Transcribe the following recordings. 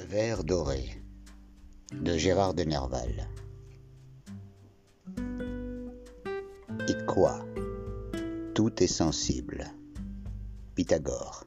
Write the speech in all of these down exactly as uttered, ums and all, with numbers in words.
Vers doré de Gérard de Nerval. Et quoi? Tout est sensible. Pythagore.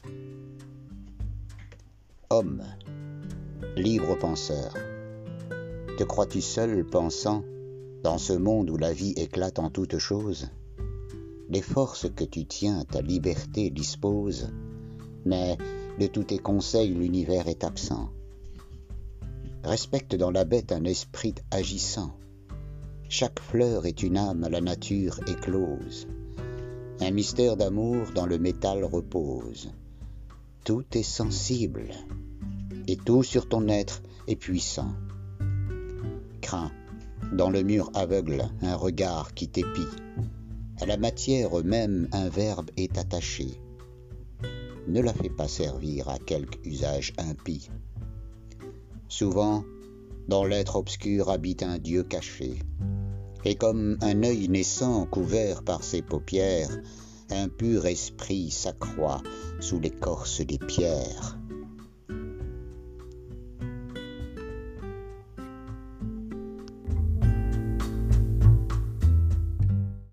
Homme, libre penseur, te crois-tu seul pensant dans ce monde où la vie éclate en toutes choses? Les forces que tu tiens, ta liberté dispose, mais de tous tes conseils l'univers est absent. Respecte dans la bête un esprit agissant. Chaque fleur est une âme à la nature éclose. Un mystère d'amour dans le métal repose. Tout est sensible, et tout sur ton être est puissant. Crains, dans le mur aveugle, un regard qui t'épie. À la matière même un verbe est attaché. Ne la fais pas servir à quelque usage impie. Souvent, dans l'être obscur habite un Dieu caché, et comme un œil naissant couvert par ses paupières, un pur esprit s'accroît sous l'écorce des pierres.